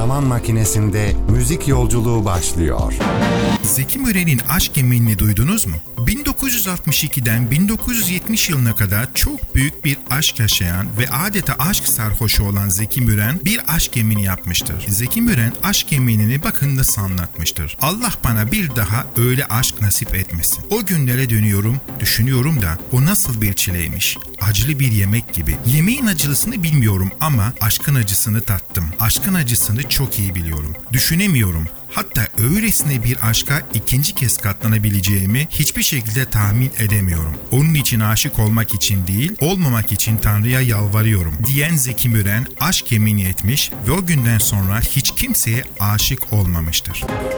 zaman makinesinde müzik yolculuğu başlıyor. Zeki Müren'in aşk yeminini duydunuz mu? 1962'den 1970 yılına kadar çok büyük bir aşk yaşayan ve adeta aşk sarhoşu olan Zeki Müren bir aşk yemini yapmıştır. Zeki Müren aşk yeminini bakın nasıl anlatmıştır. Allah bana bir daha öyle aşk nasip etmesin. O günlere dönüyorum, düşünüyorum da o nasıl bir çileymiş. Acılı bir yemek gibi. Yemeğin acılısını bilmiyorum ama aşkın acısını tattım. Aşkın acısını çok iyi biliyorum. Düşünemiyorum. Hatta öylesine bir aşka ikinci kez katlanabileceğimi hiçbir şekilde tahmin edemiyorum. Onun için aşık olmak için değil, olmamak için Tanrı'ya yalvarıyorum diyen Zeki Müren aşk yemini etmiş ve o günden sonra hiç kimseye aşık olmamıştır.